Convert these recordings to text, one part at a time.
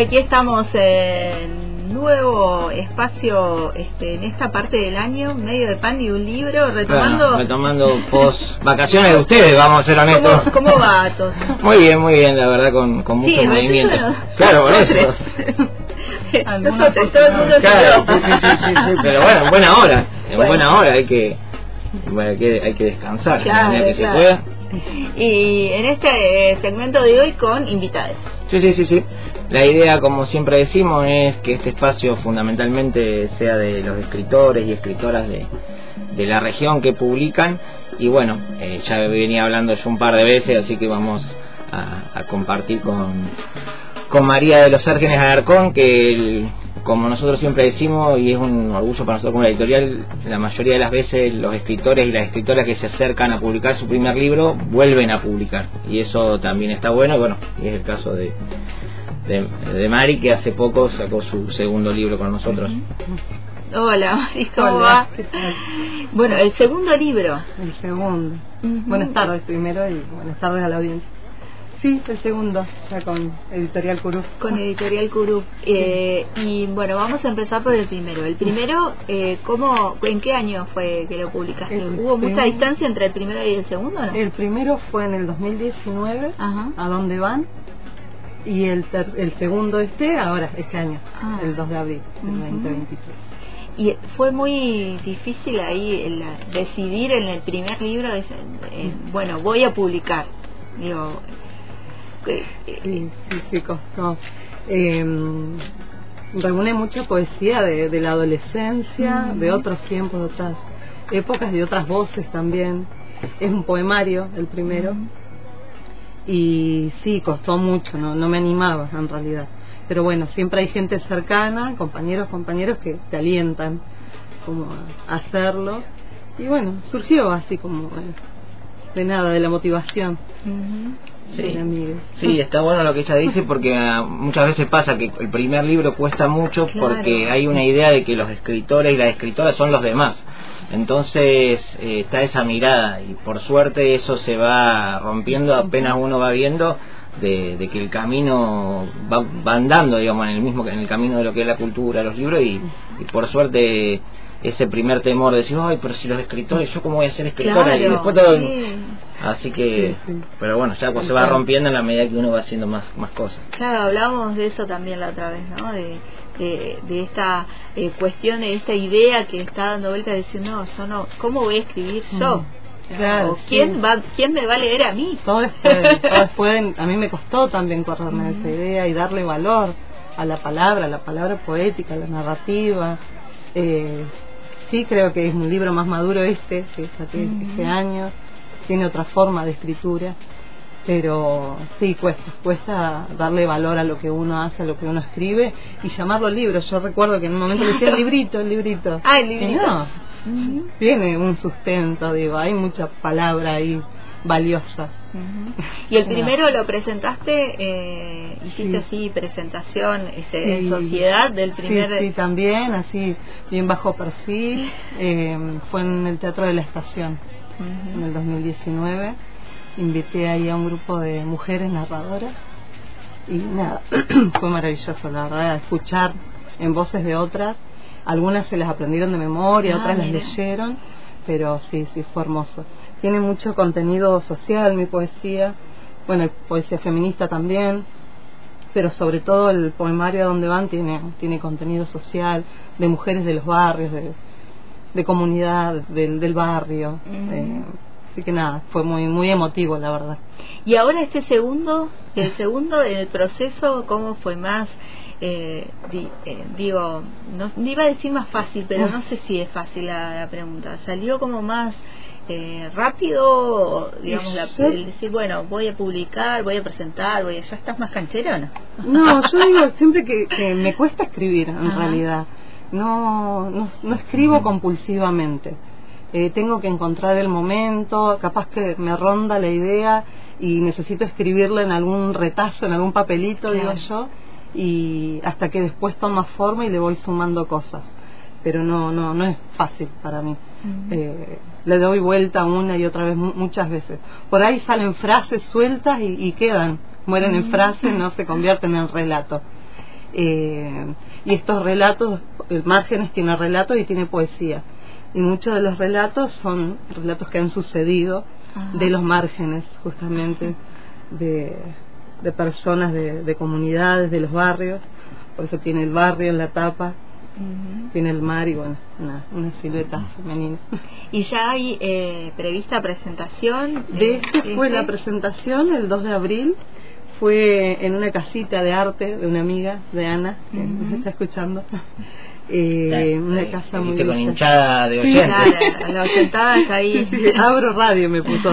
aquí estamos en nuevo espacio en esta parte del año, medio de pan y un libro, retomando post vacaciones de ustedes, vamos a ser honestos. ¿Cómo va todo? Muy bien, la verdad, con mucho movimiento. Claro, por eso. Nosotros, todo el mundo claro, sí, pero bueno, en buena hora hay que descansar, claro, en la que se pueda. Y en este segmento de hoy con invitados. Sí. La idea, como siempre decimos, es que este espacio fundamentalmente sea de los escritores y escritoras de la región que publican. Y bueno, ya venía hablando yo un par de veces, así que vamos a compartir con María de los Árgenes Alarcón, que como nosotros siempre decimos, y es un orgullo para nosotros como la editorial, la mayoría de las veces los escritores y las escritoras que se acercan a publicar su primer libro vuelven a publicar, y eso también está bueno. Bueno, y es el caso de Mari, que hace poco sacó su segundo libro con nosotros. Hola, Mari, ¿cómo va? Bueno, el segundo libro. El segundo. Buenas tardes primero y buenas tardes a la audiencia. Sí, el segundo, ya con Editorial Curup. Con Editorial Curup. Y bueno, vamos a empezar por el primero. El primero, ¿en qué año fue que lo publicaste? ¿Hubo mucha distancia entre el primero y el segundo, no? El primero fue en el 2019, Ajá. ¿A dónde van? Y el segundo ahora, este año, el 2 de abril del 2023. Y fue muy difícil ahí decidir en el primer libro, bueno, voy a publicar. Digo... Sí, costó. Reúne mucha poesía de la adolescencia, de otros tiempos, de otras épocas, de otras voces también. Es un poemario el primero. Y sí, costó mucho, no me animaba en realidad. Pero bueno, siempre hay gente cercana, compañeros que te alientan como a hacerlo. Y bueno, surgió así como de nada, de la motivación. Sí, está bueno lo que ella dice, porque muchas veces pasa que el primer libro cuesta mucho, porque hay una idea de que los escritores y las escritoras son los demás. Entonces está esa mirada, y por suerte eso se va rompiendo apenas uno va viendo de que el camino va andando, digamos, en el camino de lo que es la cultura, los libros, y por suerte ese primer temor de decir, ay, pero si los escritores, ¿yo cómo voy a ser escritora? Y después todo... Así que, pero bueno, ya se va rompiendo en la medida que uno va haciendo más cosas. Claro, hablábamos de eso también la otra vez, ¿no? De esta cuestión, de esta idea que está dando vuelta de decir, no, yo no, ¿cómo voy a escribir yo? Claro, ¿Quién me va a leer a mí? Todos pueden. A mí me costó también correrme esa idea y darle valor a la palabra poética, a la narrativa. Sí, creo que es un libro más maduro que saqué este año. Tiene otra forma de escritura, pero sí, cuesta darle valor a lo que uno hace, a lo que uno escribe, y llamarlo libro. Yo recuerdo que en un momento le decía el librito. El librito. No, tiene un sustento, digo, hay mucha palabra ahí valiosa. Y el primero lo presentaste, hiciste así presentación en sociedad del primer... Sí, también, así, bien bajo perfil. Fue en el Teatro de la Estación. En el 2019 invité ahí a un grupo de mujeres narradoras y nada, fue maravilloso, la verdad, escuchar en voces de otras. Algunas se las aprendieron de memoria, otras las leyeron, pero sí, fue hermoso. Tiene mucho contenido social mi poesía, bueno, poesía feminista también, pero sobre todo el poemario A dónde van tiene contenido social, de mujeres de los barrios, de comunidad, del barrio. Así que nada, fue muy emotivo, la verdad. Y ahora el segundo en el proceso, ¿cómo fue? Más digo, no iba a decir más fácil, pero no sé si es fácil la pregunta. ¿Salió como más rápido, digamos, el decir, bueno, voy a publicar, voy a presentar, ¿ya estás más canchera o no? No, yo digo siempre que me cuesta escribir, en realidad. No escribo compulsivamente. Tengo que encontrar el momento, capaz que me ronda la idea y necesito escribirla en algún retazo, en algún papelito, digo yo, y hasta que después toma forma y le voy sumando cosas. Pero no es fácil para mí. Le doy vuelta una y otra vez, muchas veces. Por ahí salen frases sueltas y quedan, mueren en frases, no se convierten en relato. y estos relatos, Márgenes tiene relatos y tiene poesía, y muchos de los relatos son relatos que han sucedido de los márgenes, justamente de personas de comunidades, de los barrios. Por eso tiene el barrio en la tapa, tiene el mar y bueno, una silueta femenina. ¿Y ya hay prevista presentación? Fue la presentación el 2 de abril, fue en una casita de arte de una amiga de Ana, que nos está escuchando. Una casa muy con hinchada de oyentes. Claro, la oyentada está ahí. Abro radio me puso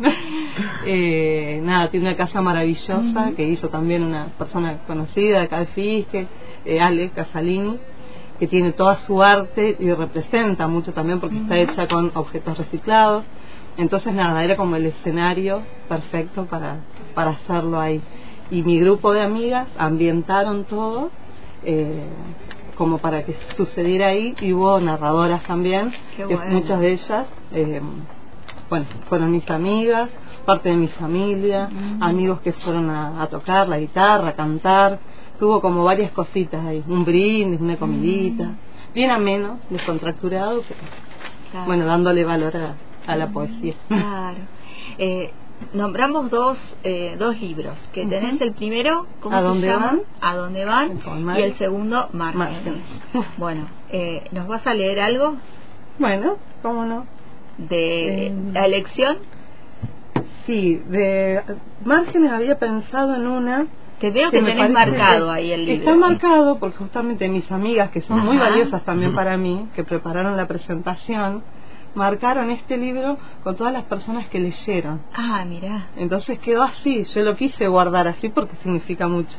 nada, tiene una casa maravillosa que hizo también una persona conocida de acá de Fisque, Ale Casalini, que tiene toda su arte y representa mucho también porque está hecha con objetos reciclados. Entonces nada, era como el escenario perfecto para hacerlo ahí. Y mi grupo de amigas ambientaron todo como para que sucediera ahí, y hubo narradoras también, que muchas de ellas bueno, fueron mis amigas, parte de mi familia, amigos que fueron a tocar la guitarra, a cantar. Tuvo como varias cositas ahí, un brindis, una comidita, bien ameno, descontracturado, pero claro, bueno, dándole valor a la poesía. Claro. Nombramos dos libros, que tenés el primero, ¿cómo se llama? ¿A dónde van? Y el segundo, Márgenes. Bueno, ¿nos vas a leer algo? Bueno, ¿cómo no? ¿De la elección? Sí, de Márgenes había pensado en una... Que veo que tenés marcado ahí el libro. Está marcado porque justamente mis amigas, que son muy valiosas también para mí, que prepararon la presentación, marcaron este libro con todas las personas que leyeron. Ah, mirá. Entonces quedó así, yo lo quise guardar así porque significa mucho.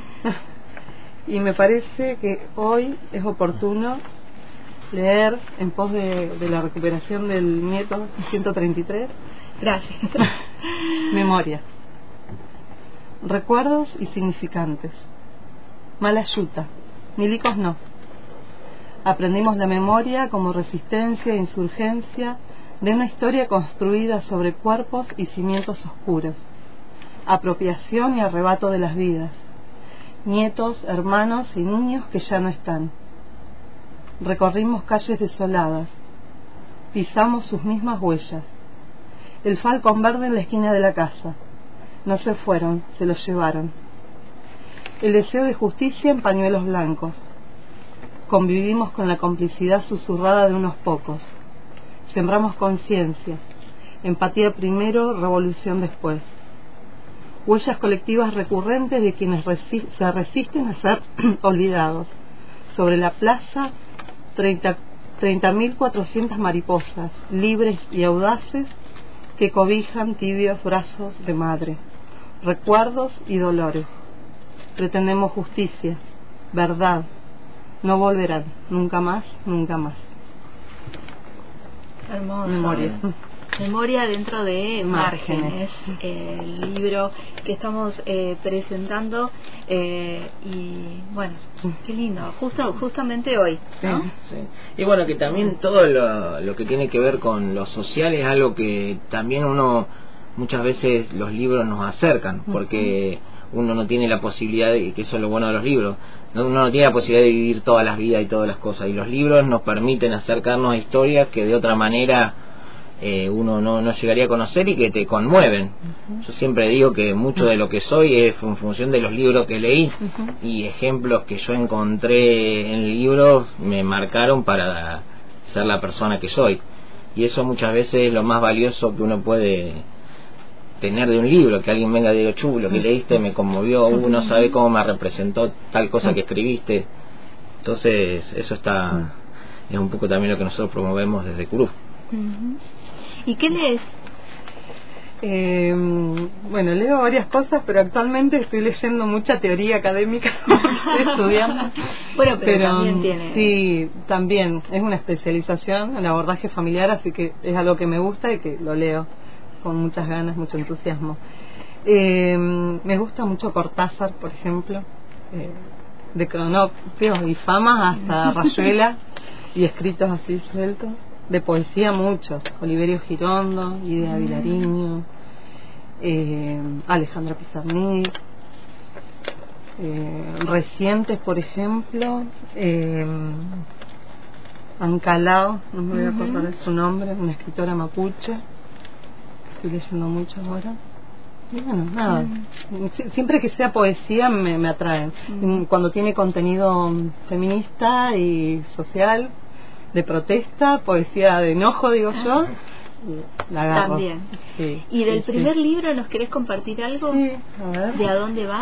Y me parece que hoy es oportuno leer en pos de la recuperación del nieto 133. Gracias. Memoria. Recuerdos y significantes. Malayuta. Milicos no. Aprendimos la memoria como resistencia e insurgencia de una historia construida sobre cuerpos y cimientos oscuros, apropiación y arrebato de las vidas, nietos, hermanos y niños que ya no están. Recorrimos calles desoladas, pisamos sus mismas huellas. El falcón verde en la esquina de la casa. No se fueron, se los llevaron. El deseo de justicia en pañuelos blancos. Convivimos con la complicidad susurrada de unos pocos. Sembramos conciencia. Empatía primero, revolución después. Huellas colectivas recurrentes de quienes se resisten a ser olvidados. Sobre la plaza, 30.400 mariposas, libres y audaces, que cobijan tibios brazos de madre. Recuerdos y dolores. Pretendemos justicia, verdad. No volverán, nunca más, nunca más. Hermoso. Memoria dentro de Márgenes, el libro que estamos presentando, y bueno, qué lindo, justamente hoy, ¿no? Sí. Y bueno, que también todo lo que tiene que ver con lo social es algo que también uno, muchas veces los libros nos acercan, porque uno no tiene la posibilidad de, que eso es lo bueno de los libros, uno no tiene la posibilidad de vivir todas las vidas y todas las cosas, y los libros nos permiten acercarnos a historias que de otra manera uno no llegaría a conocer y que te conmueven. Yo siempre digo que mucho de lo que soy es en función de los libros que leí, y ejemplos que yo encontré en libros me marcaron para ser la persona que soy, y eso muchas veces es lo más valioso que uno puede tener de un libro, que alguien venga y diga, lo que leíste me conmovió, uno sabe cómo me representó tal cosa que escribiste. Entonces eso está, es un poco también lo que nosotros promovemos desde CURUF. ¿Y qué lees? Bueno, leo varias cosas, pero actualmente estoy leyendo mucha teoría académica, estoy estudiando. Bueno, pero también tiene... Sí, también es una especialización en abordaje familiar, así que es algo que me gusta y que lo leo con muchas ganas, mucho entusiasmo. Me gusta mucho Cortázar, por ejemplo, de cronopios y famas hasta Rayuela, y escritos así sueltos. De poesía muchos, Oliverio Girondo, Idea Vilariño, Alejandra Pizarnik, recientes, por ejemplo, Ancalao, no me voy a acordar de su nombre, una escritora mapuche, que estoy leyendo mucho ahora. Y bueno, nada, siempre que sea poesía me atrae. Cuando tiene contenido feminista y social, de protesta, poesía de enojo, digo yo, la agarro. También. Sí, ¿Y del primer libro nos querés compartir algo? Sí, a ver. ¿De a dónde va? A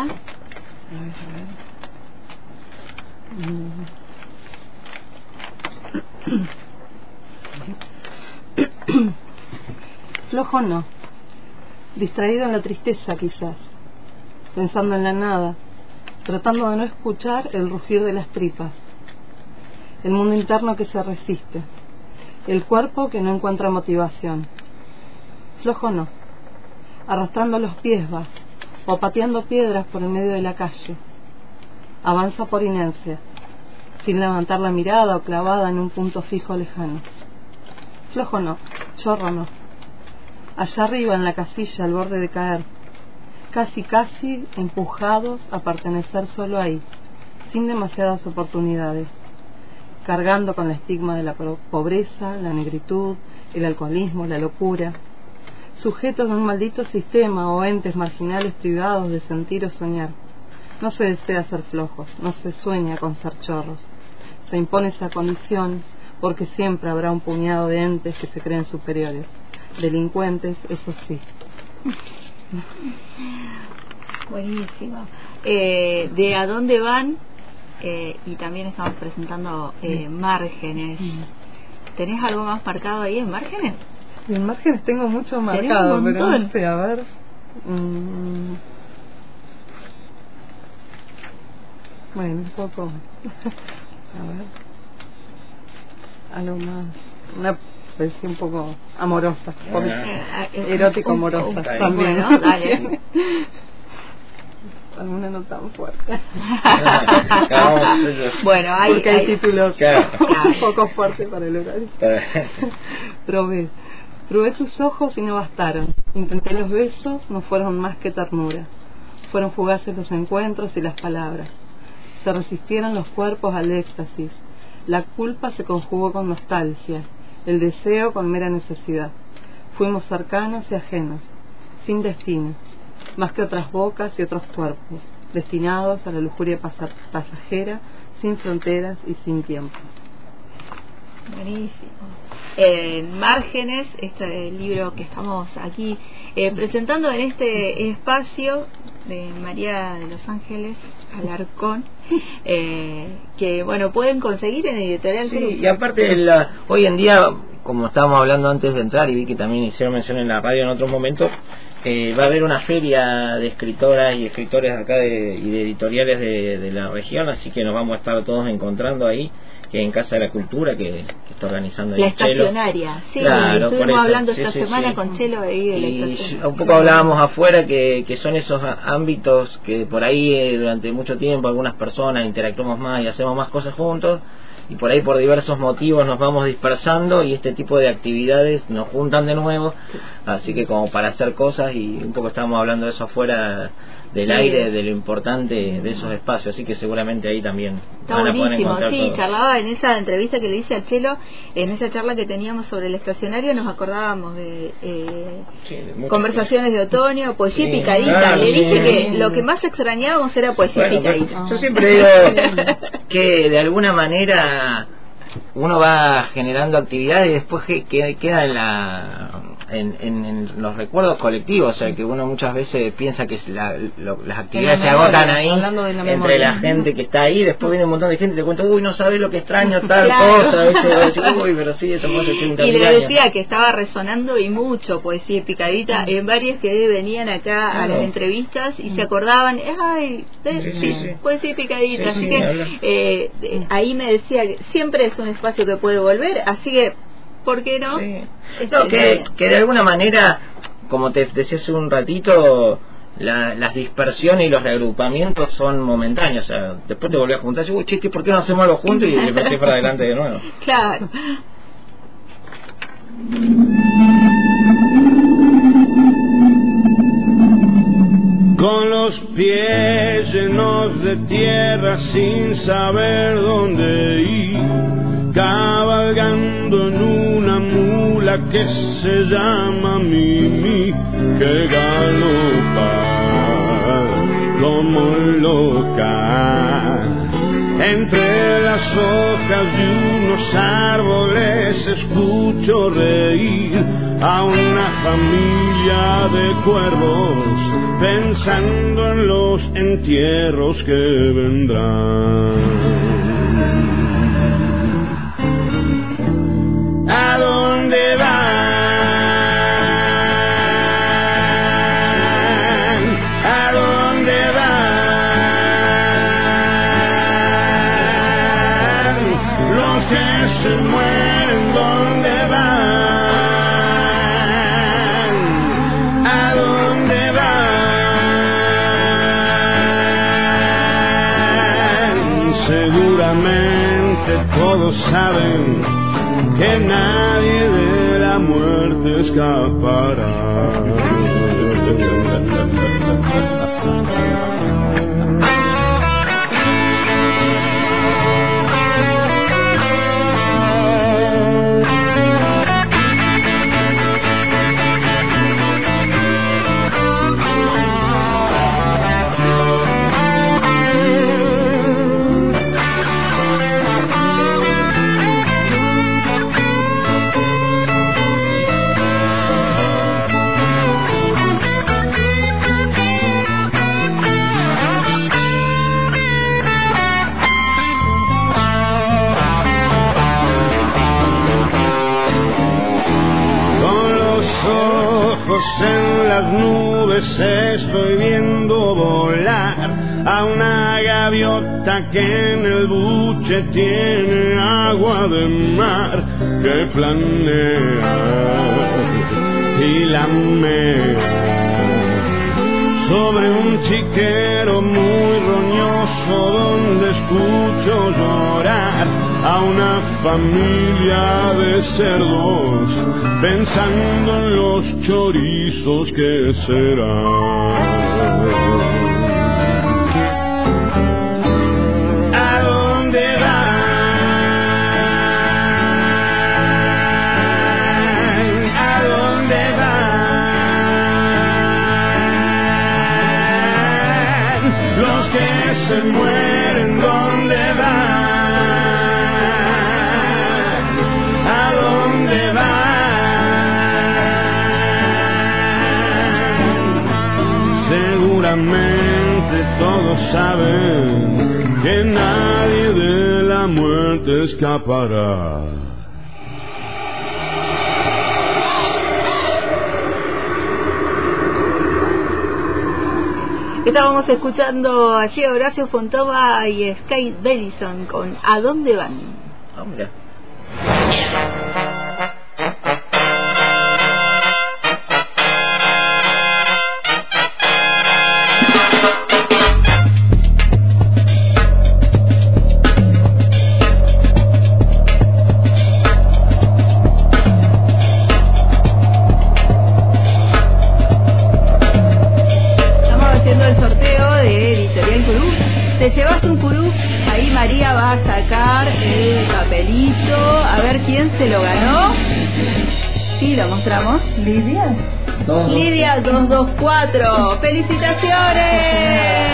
ver. Flojo no. Distraído en la tristeza quizás, pensando en la nada, tratando de no escuchar el rugir de las tripas, el mundo interno que se resiste, el cuerpo que no encuentra motivación. Flojo no, arrastrando los pies va, o pateando piedras por el medio de la calle. Avanza por inercia, sin levantar la mirada o clavada en un punto fijo lejano. Flojo no, chorro no. Allá arriba en la casilla al borde de caer, casi empujados a pertenecer solo ahí, sin demasiadas oportunidades, cargando con el estigma de la pobreza, la negritud, el alcoholismo, la locura, sujetos de un maldito sistema o entes marginales privados de sentir o soñar. No se desea ser flojos, no se sueña con ser chorros, se impone esa condición porque siempre habrá un puñado de entes que se creen superiores. Delincuentes, eso sí. Buenísimo. ¿De a dónde van? Y también estamos presentando Márgenes. ¿Tenés algo más marcado ahí en Márgenes? En Márgenes tengo mucho marcado, pero no sé, a ver. Bueno, un poco. A ver. Algo más. Una un poco amorosa, erótico amorosa también. Bueno, dale. Alguna no tan fuerte. Bueno, porque hay títulos un poco fuertes para el horario. Probé tus ojos y no bastaron. Intenté los besos, no fueron más que ternura. Fueron fugaces los encuentros y las palabras. Se resistieron los cuerpos al éxtasis. La culpa se conjugó con nostalgia, el deseo con mera necesidad. Fuimos cercanos y ajenos, sin destino, más que otras bocas y otros cuerpos, destinados a la lujuria pasajera, sin fronteras y sin tiempo. Buenísimo. Márgenes, este libro que estamos aquí presentando en este espacio de María de los Ángeles Alarcón, que bueno, pueden conseguir en Editorial Cruz. Sí, y aparte hoy en día, como estábamos hablando antes de entrar, y vi que también hicieron mención en la radio en otros momentos, va a haber una feria de escritoras y escritores acá y de editoriales de la región, así que nos vamos a estar todos encontrando ahí, que en Casa de la Cultura, que está organizando la estacionaria. Sí, claro, estuvimos hablando esta semana con Chelo ahí de la estacionaria. Un poco hablábamos afuera que son esos ámbitos que por ahí durante mucho tiempo algunas personas interactuamos más y hacemos más cosas juntos, y por ahí por diversos motivos nos vamos dispersando, y este tipo de actividades nos juntan de nuevo, así que como para hacer cosas, y un poco estábamos hablando de eso afuera del aire, de lo importante de esos espacios, así que seguramente ahí también está buenísimo. Sí, charlaba en esa entrevista que le hice a Chelo, en esa charla que teníamos sobre el estacionario, nos acordábamos de conversaciones de otoño, poesía picadita. Le dije que lo que más extrañábamos era poesía picadita. Yo siempre digo que de alguna manera uno va generando actividades y después queda en los recuerdos colectivos, o sea que uno muchas veces piensa que las actividades se agotan ahí entre la gente que está ahí, después viene un montón de gente y te cuenta, uy, no sabes lo que extraño tal cosa, ¿viste? Uy, pero sí, eso fue hace 80 años. Y le decía que estaba resonando y mucho poesía picadita en varias que venían acá a las entrevistas y se acordaban, ay, poesía picadita, así que ahí me decía que siempre es un espacio que puede volver, así que ¿por qué no? Sí. No, que de alguna manera, como te decía hace un ratito, las dispersiones y los reagrupamientos son momentáneos, o sea, después te volvés a juntar y dices, uy, chiste, ¿por qué no hacemos algo juntos? Y le metés para adelante de nuevo. Claro. con los pies llenos de tierra sin saber dónde ir, cabalgando en una mula que se llama Mimi, que galopa como loca. Entre las hojas de unos árboles escucho reír a una familia de cuervos, pensando en los entierros que vendrán. ¿A dónde van? ¿A dónde van? Los que se mueren, ¿dónde van? ¿A dónde van? Seguramente todos saben que nadie de la muerte escapará. En las nubes estoy viendo volar a una gaviota que en el buche tiene agua de mar, que planea y lamea sobre un chiquero muy roñoso donde escucho llorar a una familia de cerdos, pensando en los chorizos que serán. ¿A dónde van? ¿A dónde van? Los que se mueren, ¿dónde van? Seguramente todos saben que nadie de la muerte escapará. Estábamos escuchando allí a Horacio Fontova y Sky Denison con ¿A dónde van? Hombre. Te llevas un curú, ahí María va a sacar el papelito, a ver quién se lo ganó. Sí, lo mostramos. Lidia. Lidia 224. ¡Felicitaciones!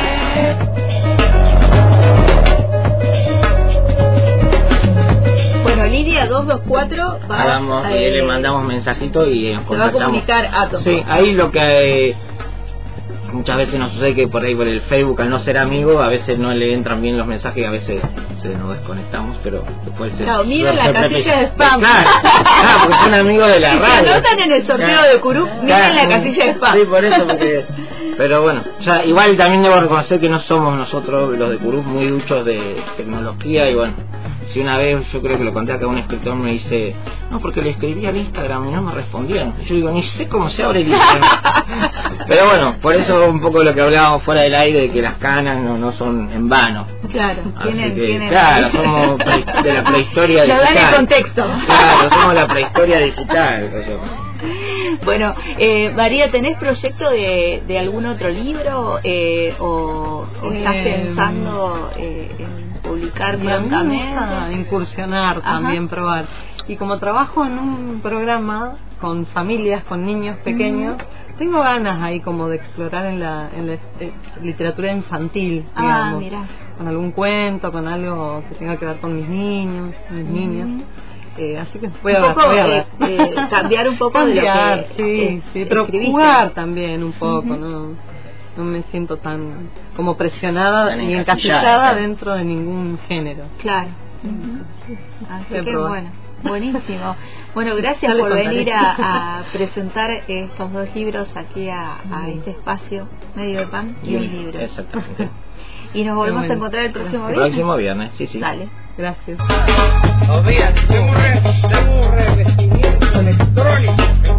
Bueno, Lidia 224 va le mandamos mensajito y nos contactamos. Se va a comunicar a todos. Sí, ahí lo que muchas veces nos sucede que por ahí por el Facebook, al no ser amigo, a veces no le entran bien los mensajes y a veces nos desconectamos, pero después miren la casilla de spam. Claro, porque son amigos de la radio. Si se anotan en el sorteo de Curup, miren la casilla de spam. Sí, por eso, porque... Pero bueno, ya igual también debo reconocer que no somos nosotros los de Curup muy duchos de tecnología y bueno, si una vez, yo creo que lo conté acá, un escritor me dice, no, porque le escribí al Instagram y no me respondían. Yo digo, ni sé cómo se abre el Instagram. Pero bueno, por eso un poco lo que hablábamos fuera del aire, de que las canas no son en vano. Claro, tienen claro, somos de la prehistoria digital. Lo dan el contexto. Claro, somos la prehistoria digital. Bueno, María, ¿tenés proyecto de algún otro libro o estás pensando en publicar prontamente? Me gusta incursionar también, probar. Y como trabajo en un programa con familias, con niños pequeños, tengo ganas ahí como de explorar en la literatura infantil, digamos, con algún cuento, con algo que tenga que ver con mis niños, mis niñas. Así que voy a cambiar un poco de lo que pero jugar también un poco, no me siento tan como presionada ni encasillada dentro de ningún género. Claro. Así que bueno, buenísimo. Bueno, gracias por venir a presentar estos dos libros aquí a este espacio, Medio de Pan y un libro. Exactamente. Y nos volvemos a encontrar el próximo viernes. El próximo viernes, sí. Dale. Gracias. Tengo un revestimiento electrónico.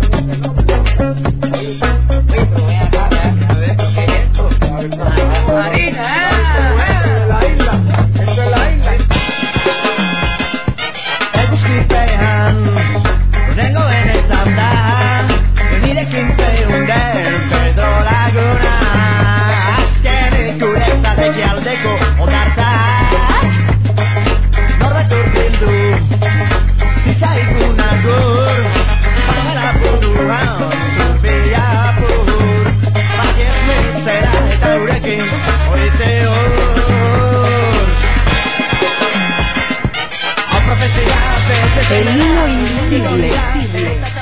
Marina, la isla. Esto es la isla. Vengo en esta andar. Mire quién se hunde Pedro Laguna. Tiene cureta de Gialdeco o Garza. El hilo invisible.